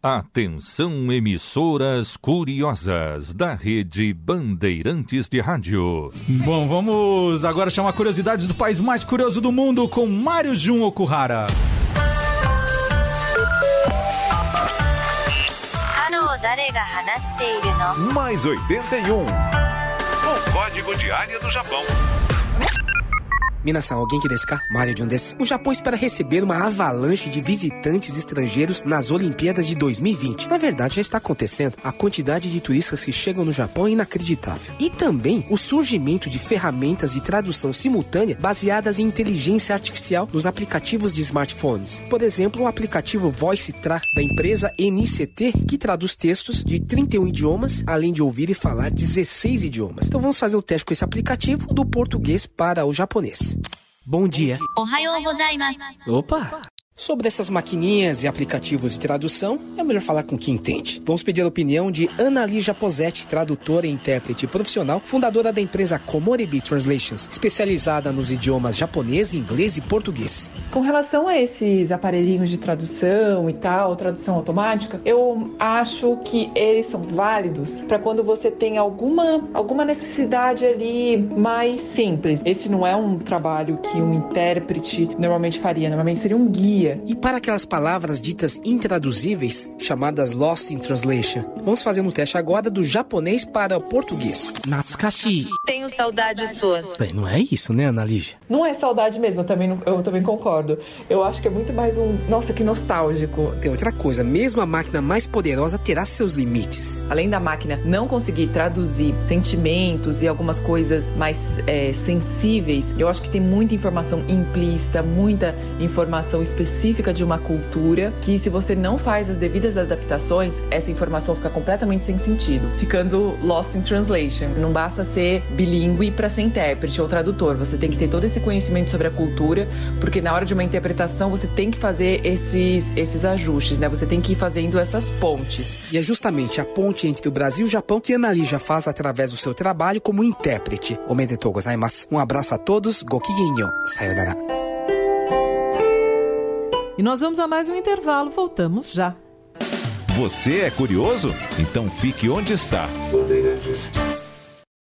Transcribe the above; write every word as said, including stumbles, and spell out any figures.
Atenção, emissoras curiosas da Rede Bandeirantes de Rádio. Bom, vamos agora chamar curiosidades do país mais curioso do mundo com Mário Jun Okuhara. Mais oitenta e um. O código de área do Japão. Minasan, alguém que desu ka? Mário Jun desu. O Japão espera receber uma avalanche de visitantes estrangeiros nas Olimpíadas de dois mil e vinte. Na verdade, já está acontecendo. A quantidade de turistas que chegam no Japão é inacreditável. E também o surgimento de ferramentas de tradução simultânea baseadas em inteligência artificial nos aplicativos de smartphones. Por exemplo, o aplicativo VoiceTra da empresa N I C T, que traduz textos de trinta e um idiomas, além de ouvir e falar dezesseis idiomas. Então vamos fazer o teste com esse aplicativo do português para o japonês. Bom dia. Ohayou gozaimasu. Opa! Sobre essas maquininhas e aplicativos de tradução, é melhor falar com quem entende. Vamos pedir a opinião de Ana Lígia Posetti, tradutora e intérprete profissional, fundadora da empresa Komoribi Translations, especializada nos idiomas japonês, inglês e português. Com relação a esses aparelhinhos de tradução e tal, tradução automática, eu acho que eles são válidos para quando você tem alguma, alguma necessidade ali mais simples. Esse não é um trabalho que um intérprete normalmente faria, normalmente seria um guia. E para aquelas palavras ditas intraduzíveis, chamadas Lost in Translation, vamos fazer um teste agora do japonês para o português. Natsukashi. Tenho saudades suas. Bem, não é isso, né, Ana Lígia? Não é saudade mesmo, eu também, eu também concordo. Eu acho que é muito mais um... Nossa, que nostálgico. Tem outra coisa, mesmo a máquina mais poderosa terá seus limites. Além da máquina não conseguir traduzir sentimentos e algumas coisas mais é, sensíveis, eu acho que tem muita informação implícita, muita informação específica específica de uma cultura que, se você não faz as devidas adaptações, essa informação fica completamente sem sentido, ficando lost in translation. Não basta ser bilíngue para ser intérprete ou tradutor, você tem que ter todo esse conhecimento sobre a cultura, porque na hora de uma interpretação você tem que fazer esses, esses ajustes, né? Você tem que ir fazendo essas pontes. E é justamente a ponte entre o Brasil e o Japão que Ana Lígia faz através do seu trabalho como intérprete. Omedetou gozaimasu. Um abraço a todos, gokigenyo, sayonara. E nós vamos a mais um intervalo, voltamos já. Você é curioso? Então fique onde está. Bandeirantes.